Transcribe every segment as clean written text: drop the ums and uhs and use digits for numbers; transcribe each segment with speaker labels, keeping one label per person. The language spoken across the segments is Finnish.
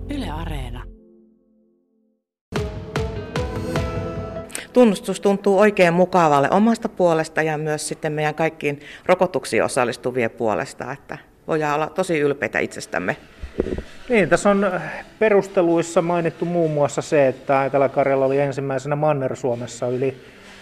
Speaker 1: Yle Areena.
Speaker 2: Tunnustus tuntuu oikein mukavalle omasta puolesta ja myös sitten meidän kaikkiin rokotuksiin osallistuvien puolesta, että voidaan olla tosi ylpeitä itsestämme.
Speaker 3: Niin, tässä on perusteluissa mainittu muun muassa se, että Etelä-Karjala oli ensimmäisenä Manner-Suomessa yli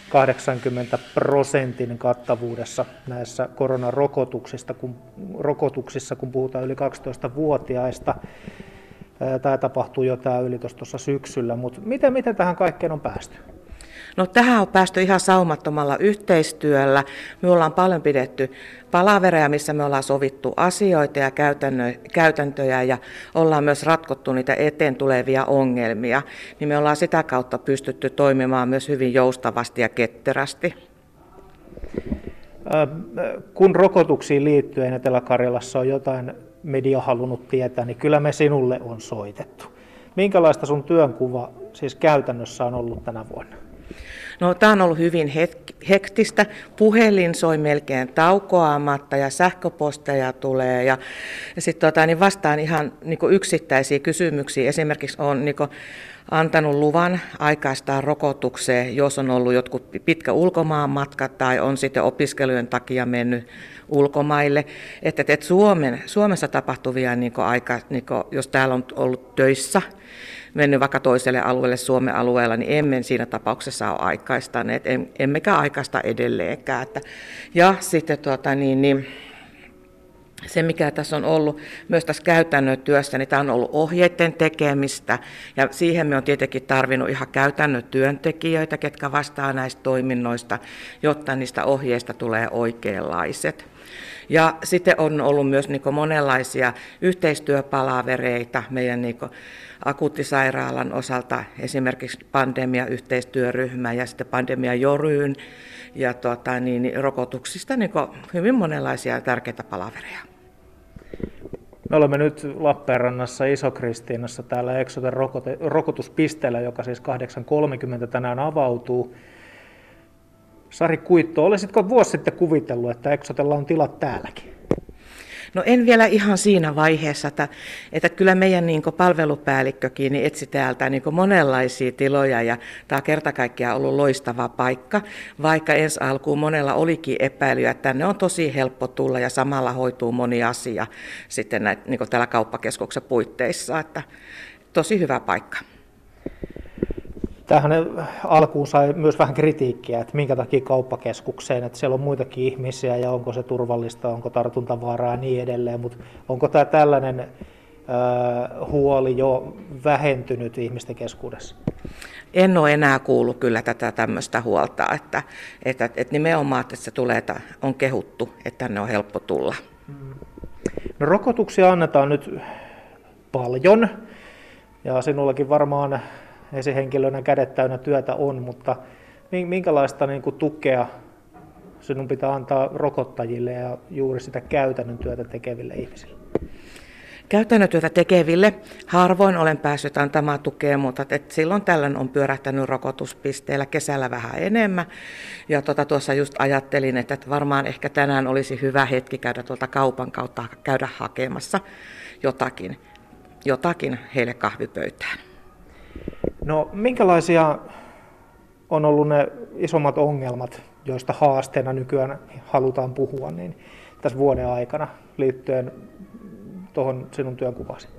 Speaker 3: 80% kattavuudessa näissä koronarokotuksissa, kun puhutaan yli 12-vuotiaista. Tämä tapahtuu jo tämä ylitys tuossa syksyllä, mutta miten tähän kaikkeen on päästy?
Speaker 2: No tähän on päästy ihan saumattomalla yhteistyöllä. Me ollaan paljon pidetty palavereja, missä me ollaan sovittu asioita ja käytäntöjä ja ollaan myös ratkottu niitä eteen tulevia ongelmia. Niin me ollaan sitä kautta pystytty toimimaan myös hyvin joustavasti ja ketterästi.
Speaker 3: Kun rokotuksiin liittyen Etelä-Karjalassa on jotain media halunnut tietää, niin kyllä me sinulle on soitettu. Minkälaista sun työnkuva siis käytännössä on ollut tänä vuonna?
Speaker 2: No, tämä on ollut hyvin hektistä. Puhelin soi melkein taukoamatta ja sähköposteja tulee. Ja sitten niin vastaan ihan yksittäisiä kysymyksiä. Esimerkiksi olen antanut luvan aikaistaan rokotukseen, jos on ollut jotkut pitkä ulkomaanmatka tai on sitten opiskelujen takia mennyt ulkomaille. Että Suomessa tapahtuvia, jos täällä on ollut töissä, mennyt vaikka toiselle alueelle Suomen alueella, niin emme siinä tapauksessa ole aikaistaneet, emmekä aikaista edelleenkään. Ja sitten se, mikä tässä on ollut myös tässä käytännön työssä, niin tämä on ollut ohjeiden tekemistä, ja siihen me on tietenkin tarvinnut ihan käytännön työntekijöitä, ketkä vastaa näistä toiminnoista, jotta niistä ohjeista tulee oikeanlaiset. Ja sitten on ollut myös monenlaisia yhteistyöpalavereita meidän akuuttisairaalan osalta, esimerkiksi pandemiayhteistyöryhmä ja sitten pandemiajoryyn ja rokotuksista hyvin monenlaisia tärkeitä palavereja.
Speaker 3: Me olemme nyt Lappeenrannassa Iso-Kristiinassa täällä Exoten rokotuspisteellä, joka siis 8.30 tänään avautuu. Sari Kuitto, olisitko vuosi sitten kuvitellut, että Exotella on tilat täälläkin?
Speaker 2: No en vielä ihan siinä vaiheessa, että kyllä meidän palvelupäällikkökin etsi täältä monenlaisia tiloja ja tämä on kerta kaikkiaan ollut loistava paikka, vaikka ensi alkuun monella olikin epäilyä, että tänne on tosi helppo tulla ja samalla hoituu moni asia sitten täällä kauppakeskuksen puitteissa, että tosi hyvä paikka.
Speaker 3: Tämähän alkuun sai myös vähän kritiikkiä, että minkä takia kauppakeskukseen, että siellä on muitakin ihmisiä ja onko se turvallista, onko tartuntavaaraa ja niin edelleen, mutta onko tämä tällainen huoli jo vähentynyt ihmisten keskuudessa?
Speaker 2: En ole enää kuullut kyllä tätä tämmöistä huolta, että nimenomaan, että se tulee, että on kehuttu, että tänne on helppo tulla.
Speaker 3: No, rokotuksia annetaan nyt paljon ja sinullakin varmaan esihenkilönä kädet täynnä työtä on, mutta minkälaista tukea sinun pitää antaa rokottajille ja juuri sitä käytännön työtä tekeville ihmisille?
Speaker 2: Käytännön työtä tekeville harvoin olen päässyt antamaan tukea, mutta silloin tällöin on pyörähtänyt rokotuspisteellä kesällä vähän enemmän. Ja tuossa just ajattelin, että varmaan ehkä tänään olisi hyvä hetki käydä tuolta kaupan kautta käydä hakemassa jotakin heille kahvipöytään.
Speaker 3: No, minkälaisia on ollut ne isommat ongelmat, joista haasteena nykyään halutaan puhua niin tässä vuoden aikana liittyen tuohon sinun työnkuvasi?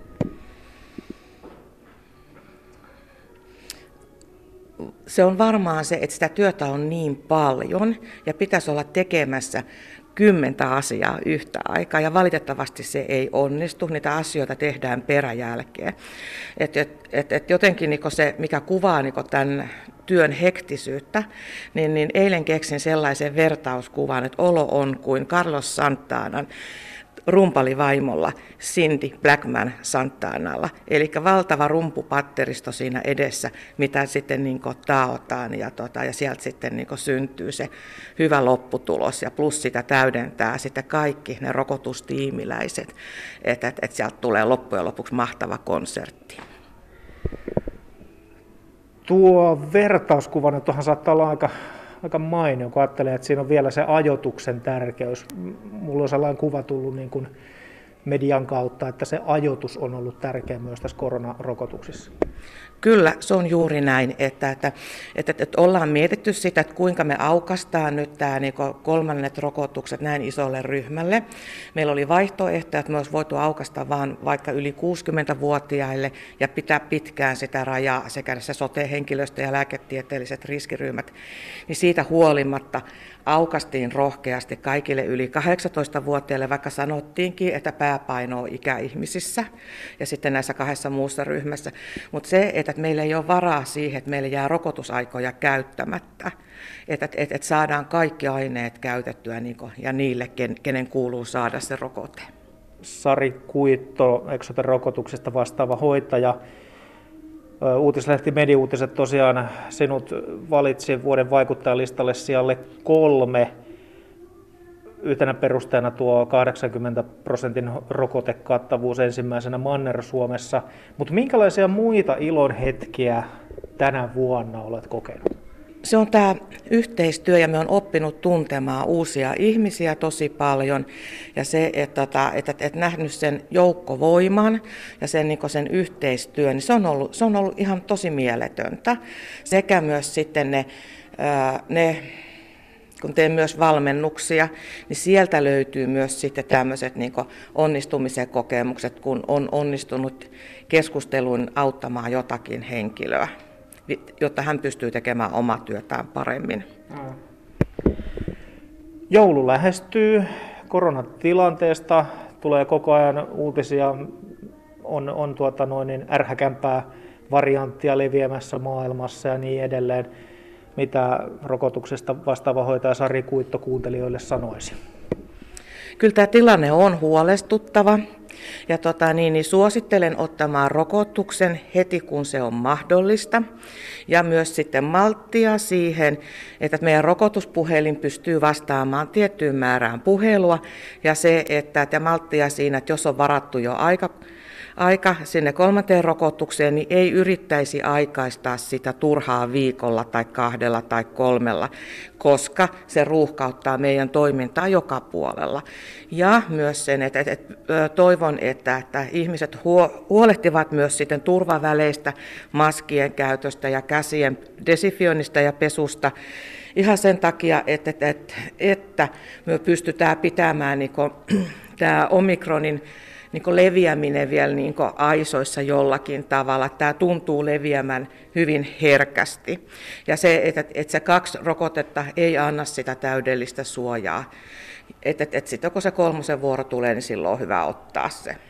Speaker 2: Se on varmaan se, että sitä työtä on niin paljon ja pitäisi olla tekemässä 10 asiaa yhtä aikaa ja valitettavasti se ei onnistu, niitä asioita tehdään peräjälkeen. Jotenkin se, mikä kuvaa tämän työn hektisyyttä, niin eilen keksin sellaisen vertauskuvan, että olo on kuin Carlos Santanan rumpalivaimolla Cindy Blackman Santanalla. Eli valtava rumpupatteristo siinä edessä, mitä sitten taotaan ja sieltä sitten syntyy se hyvä lopputulos. Ja plus sitä täydentää sitten kaikki ne rokotustiimiläiset, että sieltä tulee loppujen lopuksi mahtava konsertti.
Speaker 3: Tuo vertauskuva, tuohan saattaa olla aika mainio, kun ajattelee, että siinä on vielä se ajoituksen tärkeys. Mulla on sellainen kuva tullut niin kuin median kautta, että se ajoitus on ollut tärkeä myös tässä koronarokotuksissa.
Speaker 2: Kyllä, se on juuri näin, että ollaan mietitty sitä, että kuinka me aukaistaan nyt tämä niin kolmannet rokotukset näin isolle ryhmälle. Meillä oli vaihtoehto, että me olisi voitu aukaista vaan vaikka yli 60-vuotiaille ja pitää pitkään sitä rajaa sekä se sote-henkilöstö ja lääketieteelliset riskiryhmät. Niin siitä huolimatta aukaistiin rohkeasti kaikille yli 18-vuotiaille, vaikka sanottiinkin, että pääpaino on ikäihmisissä ja sitten näissä kahdessa muussa ryhmässä. Mutta se, että meillä ei ole varaa siihen, että meillä jää rokotusaikoja käyttämättä, että saadaan kaikki aineet käytettyä ja niille, kenen kuuluu saada se rokote.
Speaker 3: Sari Kuitto, Exote-rokotuksesta vastaava hoitaja. Uutislehti Mediuutiset tosiaan sinut valitsi vuoden vaikuttajalistalle sijalle 3. Yhtenä perusteena tuo 80% rokotekattavuus ensimmäisenä Manner-Suomessa. Mutta minkälaisia muita ilon hetkiä tänä vuonna olet kokenut?
Speaker 2: Se on tämä yhteistyö ja me on oppinut tuntemaan uusia ihmisiä tosi paljon ja se, että nähnyt sen joukkovoiman ja sen yhteistyön, niin se on ollut ihan tosi mieletöntä. Sekä myös sitten ne kun teen myös valmennuksia, niin sieltä löytyy myös sitten tämmöiset onnistumisen kokemukset, kun on onnistunut keskusteluun auttamaan jotakin henkilöä, jotta hän pystyy tekemään omaa työtään paremmin.
Speaker 3: Joulu lähestyy, koronatilanteesta tulee koko ajan uutisia, on ärhäkämpää varianttia leviämässä maailmassa ja niin edelleen. Mitä rokotuksesta vastaava hoitaja Sari Kuitto kuuntelijoille sanoisi?
Speaker 2: Kyllä tämä tilanne on huolestuttava ja suosittelen ottamaan rokotuksen heti kun se on mahdollista ja myös sitten malttia siihen, että meidän rokotuspuhelin pystyy vastaamaan tiettyyn määrään puhelua ja se, että malttia siinä, että jos on varattu jo aika sinne 3. rokotukseen, niin ei yrittäisi aikaistaa sitä turhaa viikolla tai 2 tai 3, koska se ruuhkauttaa meidän toimintaa joka puolella. Ja myös sen, että toivon, että ihmiset huolehtivat myös sitten turvaväleistä, maskien käytöstä ja käsien desinfioinnista ja pesusta. Ihan sen takia, että me pystytään pitämään tämä omikronin leviäminen vielä aisoissa jollakin tavalla. Tämä tuntuu leviämään hyvin herkästi. Ja se, että se 2 rokotetta ei anna sitä täydellistä suojaa. Sitten kun se 3. vuoro tulee, niin silloin on hyvä ottaa se.